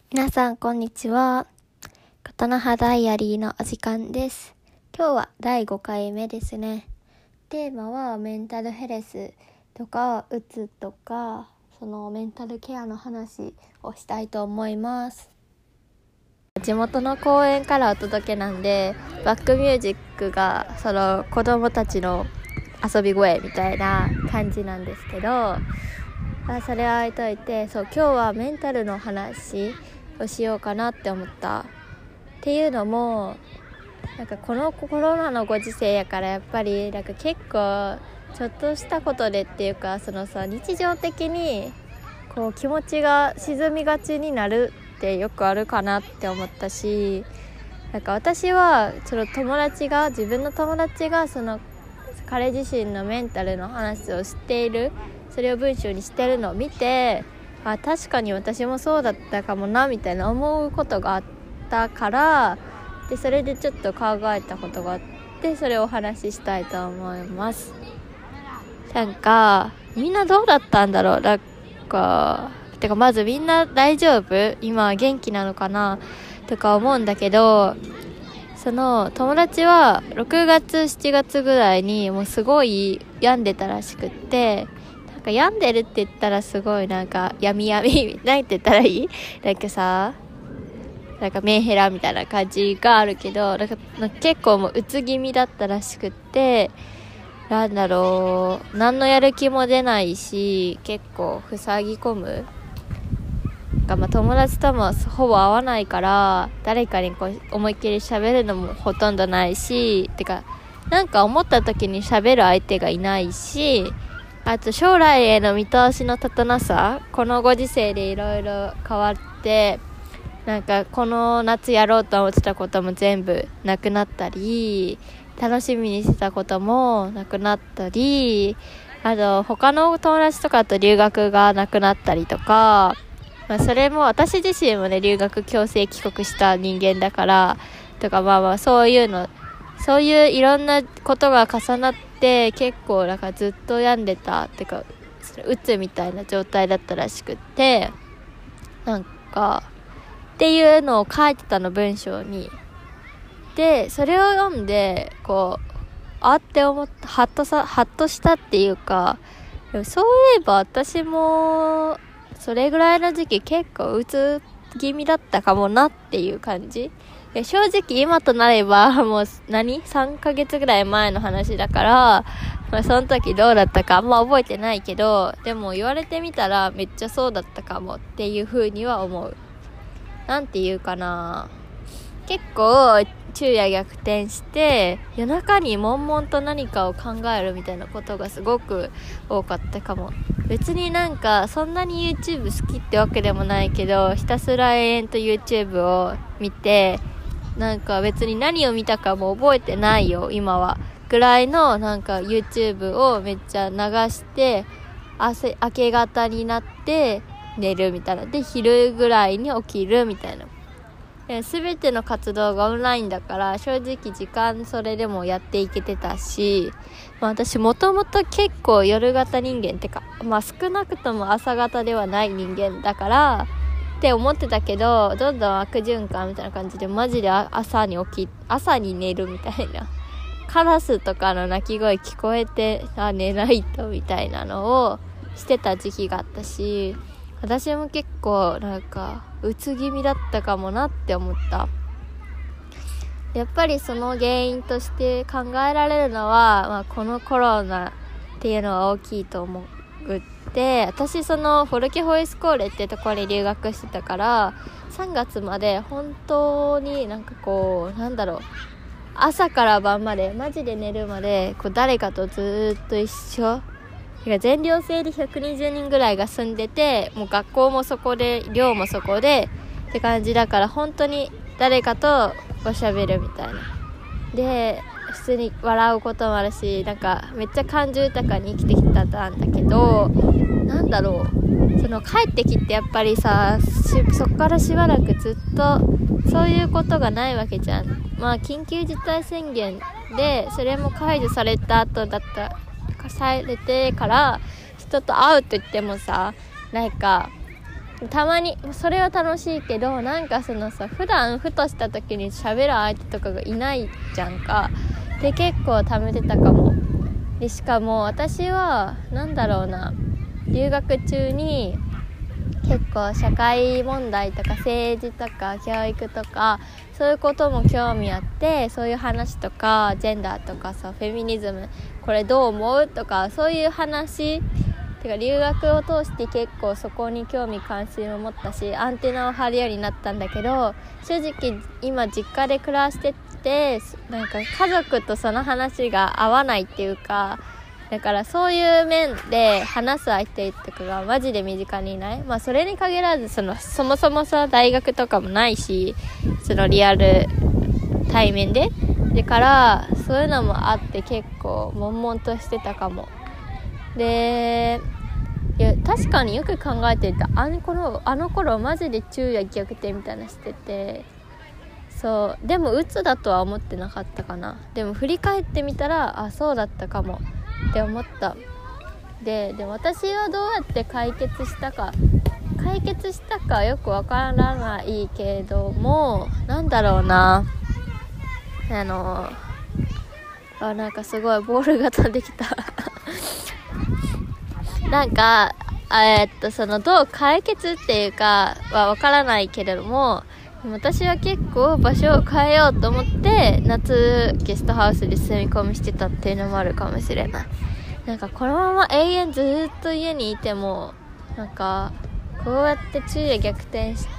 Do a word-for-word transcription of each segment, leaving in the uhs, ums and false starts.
皆さんこんにちは。琴ノ葉ダイアリーのお時間です。今日はだいごかいめですね。テーマはメンタルヘルスとかうつとか、そのメンタルケアの話をしたいと思います。地元の公園からお届けなんで、バックミュージックがその子供たちの遊び声みたいな感じなんですけど、あそれは置いといて、そう今日はメンタルの話をしようかなって思ったっていうのも、なんかこのコロナのご時世やから、やっぱりなんか結構ちょっとしたことでっていうか、そのさ日常的にこう気持ちが沈みがちになるってよくあるかなって思ったし、なんか私はその友達が自分の友達がその彼自身のメンタルの話をしている、それを文章にしてるのを見て、あ確かに私もそうだったかもなみたいな思うことがあったから、でそれでちょっと考えたことがあって、それをお話ししたいと思います。なんかみんなどうだったんだろう。なんかてかまずみんな大丈夫？今元気なのかなとか思うんだけど、その友達はろくがつしちがつぐらいにもうすごい病んでたらしくって、なんか病んでるって言ったらすごいなんか闇闇なんて言ったらいい？なんかさなんかメンヘラみたいな感じがあるけど、なんか結構もううつ気味だったらしくって、なんだろう、何のやる気も出ないし、結構塞ぎ込む、まあ、友達ともほぼ会わないから、誰かにこう思いっきり喋るのもほとんどないし、てかなんか思った時に喋る相手がいないし、あと将来への見通しの立たなさ、このご時世でいろいろ変わって、なんかこの夏やろうと思ってたことも全部なくなったり、楽しみにしてたこともなくなったり、あと他の友達とかと留学がなくなったりとか、まあ、それも私自身もね留学強制帰国した人間だからとか、まあまあそういうのそういういろんなことが重なって、結構なんかずっと病んでたってか、うつみたいな状態だったらしくって、なんかっていうのを書いてたの、文章に。でそれを読んでこうあって思った、ハッとさハッとしたっていうか、でもそういえば私もそれぐらいの時期結構うつ気味だったかもなっていう感じ。正直今となればもう何さんかげつぐらい前の話だから、まあ、その時どうだったかあんま覚えてないけど、でも言われてみたらめっちゃそうだったかもっていう風には思う。なんていうかな、結構昼夜逆転して夜中に悶々と何かを考えるみたいなことがすごく多かったかも。別になんかそんなに YouTube 好きってわけでもないけど、ひたすら延々と YouTube を見て、なんか別に何を見たかも覚えてないよ今はぐらいの、なんか YouTube をめっちゃ流して汗明け方になって寝るみたいなで、昼ぐらいに起きるみたいな。すべての活動がオンラインだから、正直時間それでもやっていけてたし、まあ、私もともと結構夜型人間ってか、まあ少なくとも朝型ではない人間だからって思ってたけど、どんどん悪循環みたいな感じで、マジで朝に起き朝に寝るみたいな、カラスとかの鳴き声聞こえて、あ寝ないとみたいなのをしてた時期があったし、私も結構なんかうつ気味だったかもなって思った。やっぱりその原因として考えられるのは、まあ、このコロナっていうのは大きいと思うって、私そのフォルケホイスコーレってところに留学してたから、さんがつまで本当になんかこうなんだろう、朝から晩までマジで寝るまでこう誰かとずっと一緒、全寮制でひゃくにじゅうにんぐらいが住んでて、もう学校もそこで寮もそこでって感じだから、本当に誰かとおしゃべるみたいなで、普通に笑うこともあるし、なんかめっちゃ感情豊かに生きてきたんだけど、なんだろう、その帰ってきてやっぱりさ、そっからしばらくずっとそういうことがないわけじゃん。まあ緊急事態宣言でそれも解除された後だったされてから、人と会うと言ってもさ、なんかたまにそれは楽しいけど、なんかそのさ、普段ふとした時に喋る相手とかがいないじゃんか。で結構貯めてたかも。でしかも私はなんだろうな、留学中に結構社会問題とか政治とか教育とかそういうことも興味あって、そういう話とかジェンダーとかさ、フェミニズムこれどう思うとか、そういう話てか留学を通して結構そこに興味関心を持ったし、アンテナを張るようになったんだけど、正直今実家で暮らしてて、なんか家族とその話が合わないっていうか、だからそういう面で話す相手とかがマジで身近にいない。まあそれに限らず、そのそもそもさ大学とかもないし、そのリアル対面でだからそういうのもあって結構悶々としてたかも。でいや確かによく考えていた、あの頃あの頃マジで昼夜逆転みたいなしてて、そうでも鬱だとは思ってなかったかな。でも振り返ってみたら、あそうだったかもって思った。でで私はどうやって解決したか解決したかよくわからないけども、なんだろうな、あのあなんかすごいボールが飛んできたなんかえー、っとそのどう解決っていうかはわからないけれども、私は結構場所を変えようと思って夏ゲストハウスで住み込みしてたっていうのもあるかもしれない。なんかこのまま永遠ずっと家にいても、なんかこうやって昼夜逆転して、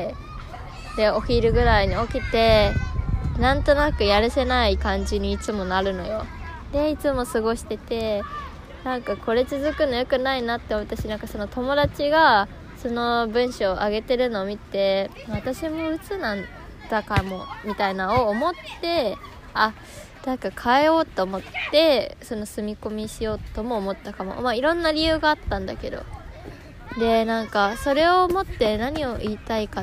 でお昼ぐらいに起きてなんとなくやるせない感じにいつもなるのよ。でいつも過ごしてて、なんかこれ続くの良くないなって思ったし、なんかその友達がその文章を上げてるのを見て、私も鬱なんだかもみたいなのを思って、あなんか変えようと思ってその住み込みしようとも思ったかも。まあいろんな理由があったんだけど、でなんかそれを思って何を言いたいかって、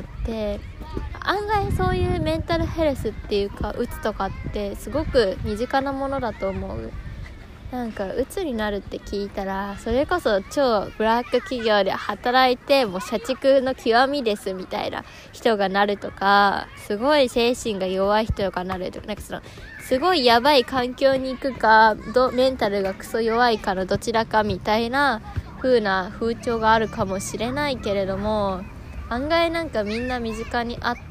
案外そういうメンタルヘルスっていうか鬱とかってすごく身近なものだと思う。なんか鬱になるって聞いたら、それこそ超ブラック企業で働いてもう社畜の極みですみたいな人がなるとか、すごい精神が弱い人がなるとか、なんかそのすごいやばい環境に行くかどメンタルがクソ弱いかのどちらかみたいな風な風潮があるかもしれないけれども、案外なんかみんな身近にあって、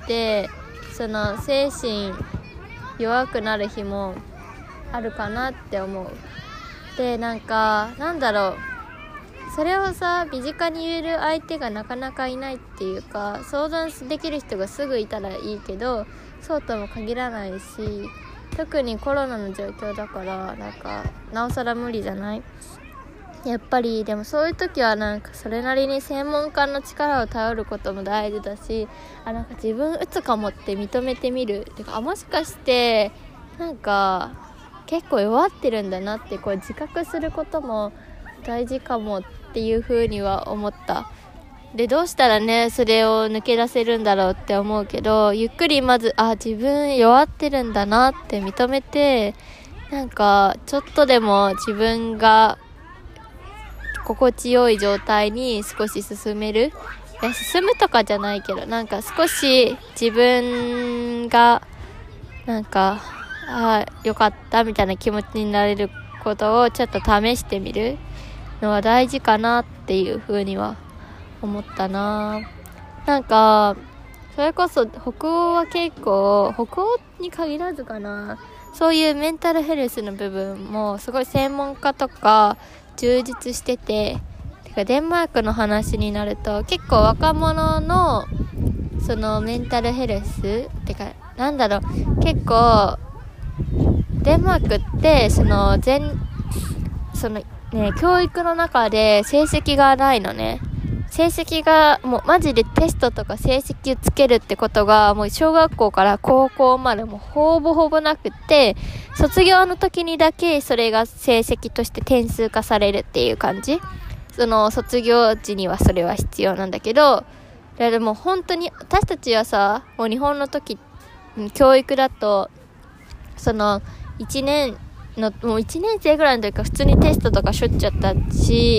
その精神弱くなる日もあるかなって思う。でなんかなんだろう、それをさ身近に言える相手がなかなかいないっていうか、相談できる人がすぐいたらいいけどそうとも限らないし、特にコロナの状況だからなんかなおさら無理じゃない。やっぱりでもそういう時はなんかそれなりに専門家の力を頼ることも大事だし、あなんか自分打つかもって認めてみるてか、あもしかしてなんか結構弱ってるんだなってこう自覚することも大事かもっていう風には思った。でどうしたらねそれを抜け出せるんだろうって思うけど、ゆっくりまずあ自分弱ってるんだなって認めて、なんかちょっとでも自分が心地よい状態に少し進める、いや進むとかじゃないけど、なんか少し自分がなんかあよかったみたいな気持ちになれることをちょっと試してみるのは大事かなっていう風には思ったな。なんかそれこそ北欧は結構、北欧に限らずかな、そういうメンタルヘルスの部分もすごい専門家とか充実してて、てかデンマークの話になると結構若者のそのメンタルヘルスてかなんだろう、結構デンマークってその全そのね教育の中で成績がないのね。成績がもうマジでテストとか成績をつけるってことがもう小学校から高校までもほぼほぼなくて、卒業の時にだけそれが成績として点数化されるっていう感じ。その卒業時にはそれは必要なんだけど、でも本当に私たちはさもう日本の時教育だとそのいちねんのもういちねん生ぐらいの時から普通にテストとかしょっちゃったし、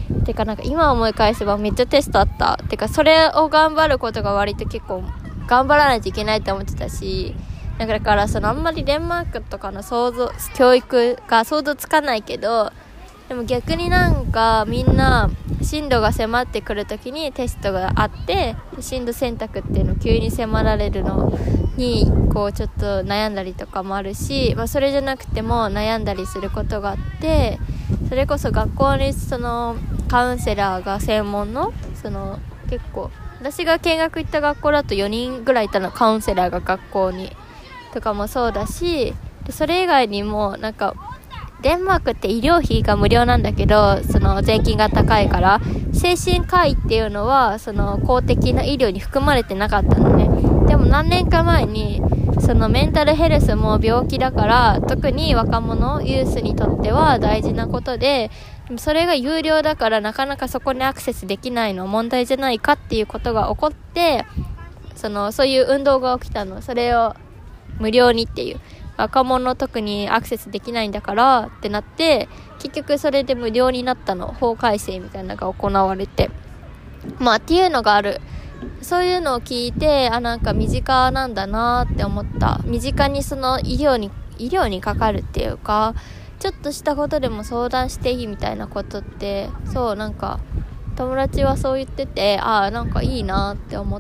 てかなんか今思い返せばめっちゃテストあった。てかそれを頑張ることが割と結構頑張らないといけないと思ってたし、だからそのあんまりデンマークとかの想像教育が想像つかないけど、でも逆になんかみんな進路が迫ってくるときにテストがあって、進路選択っていうのを急に迫られるのにこうちょっと悩んだりとかもあるし、まあ、それじゃなくても悩んだりすることがあって、それこそ学校にそのカウンセラーが専門のその結構私が見学行った学校だとよにんぐらいいたの、カウンセラーが学校にとかもそうだし、でそれ以外にもなんかデンマークって医療費が無料なんだけど、その税金が高いから精神科医っていうのはその公的な医療に含まれてなかったのね。でも何年か前にそのメンタルヘルスも病気だから、特に若者ユースにとっては大事なことで、でもそれが有料だからなかなかそこにアクセスできないの問題じゃないかっていうことが起こって、そのそういう運動が起きたの。それを無料にっていう、若者特にアクセスできないんだからってなって、結局それで無料になったの。法改正みたいなのが行われて、まあっていうのがある。そういうのを聞いて、あ、なんか身近なんだなって思った。身近にその医療に医療にかかるっていうか、ちょっとしたことでも相談していいみたいなことって、そうなんか友達はそう言ってて、ああなんかいいなって思った。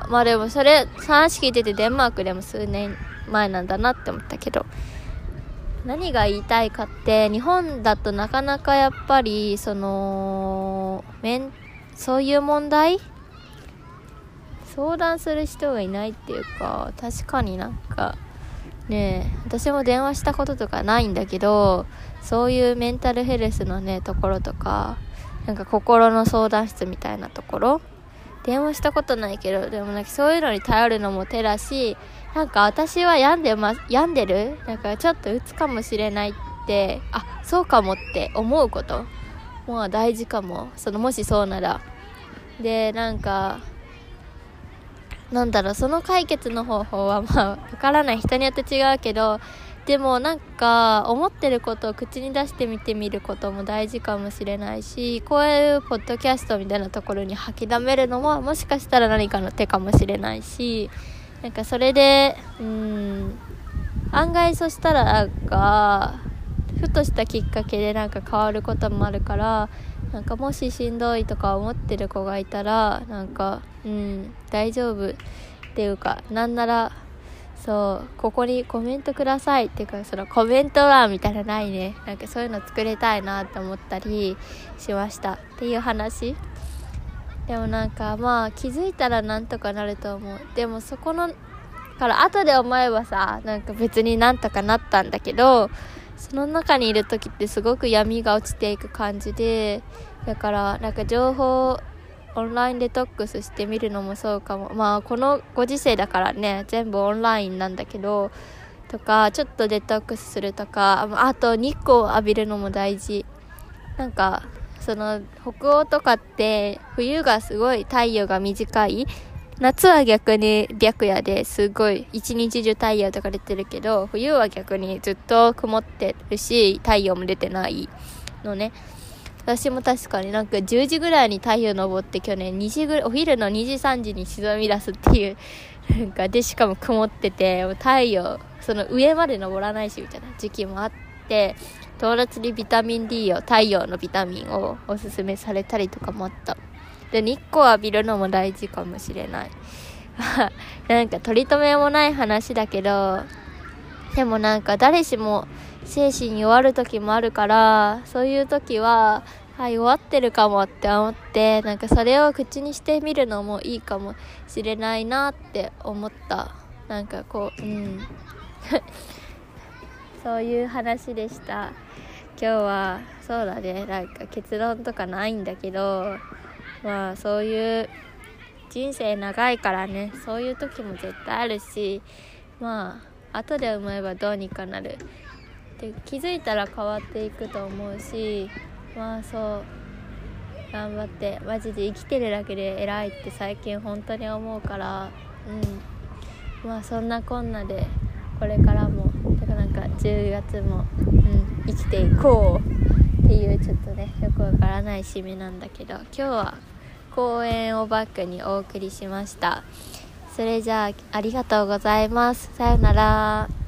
まあでもそれ話聞いててデンマークでも数年前なんだなって思ったけど、何が言いたいかって、日本だとなかなかやっぱりそのめんそういう問題相談する人がいないっていうか、確かになんかねえ、私も電話したこととかないんだけど、そういうメンタルヘルスのねところとか、なんか心の相談室みたいなところ電話したことないけど、でもなんかそういうのに頼るのも手だし、なんか私は病んでます病んでるなんかちょっとうつかもしれないって、あ、そうかもって思うこともう大事かも。そのもしそうならで、なんかなんだろう、その解決の方法はまあわからない、人によって違うけど、でもなんか思ってることを口に出してみてみることも大事かもしれないし、こういうポッドキャストみたいなところに吐きだめるのももしかしたら何かの手かもしれないし、なんかそれでうーん案外そしたらなんかふとしたきっかけでなんか変わることもあるから、なんかもししんどいとか思ってる子がいたら、なんかうん大丈夫っていうか、なんならそうここにコメントくださいっていうか、そのコメント欄みたいなのないね、なんかそういうの作りたいなって思ったりしましたっていう話。でもなんかまあ気づいたらなんとかなると思う。でもそこのから後で思えばさ、なんか別になんとかなったんだけど、その中にいる時ってすごく闇が落ちていく感じで、だからなんか情報オンラインデトックスしてみるのもそうかも。まあこのご時世だからね全部オンラインなんだけど、とかちょっとデトックスするとか、あと日光を浴びるのも大事。なんかその北欧とかって冬がすごい太陽が短い、夏は逆に白夜ですごい一日中太陽とか出てるけど、冬は逆にずっと曇ってるし太陽も出てないのね。私も確かになんかじゅうじぐらいに太陽昇って去年にじぐらい、お昼のにじさんじに沈み出すっていう、なんかでしかも曇ってて太陽その上まで昇らないしみたいな時期もあって、友達にビタミン D を太陽のビタミンをおすすめされたりとかもあった。で日光浴びるのも大事かもしれないなんか取り留めもない話だけど、でもなんか誰しも精神弱る時もあるから、そういう時ははい、弱ってるかもって思って、なんかそれを口にしてみるのもいいかもしれないなって思った。なんかこううんそういう話でした。今日はそうだね、なんか結論とかないんだけど、まあそういう人生長いからね、そういう時も絶対あるし、まあ後で思えばどうにかなるで、気づいたら変わっていくと思うし、まあそう頑張ってマジで生きてるだけで偉いって最近本当に思うから、うんまあそんなこんなでこれからもてかなんかじゅうがつも、うん、生きていこうっていうちょっとねよくわからない締めなんだけど、今日は公園をバックにお送りしました。それじゃあありがとうございます。さよなら。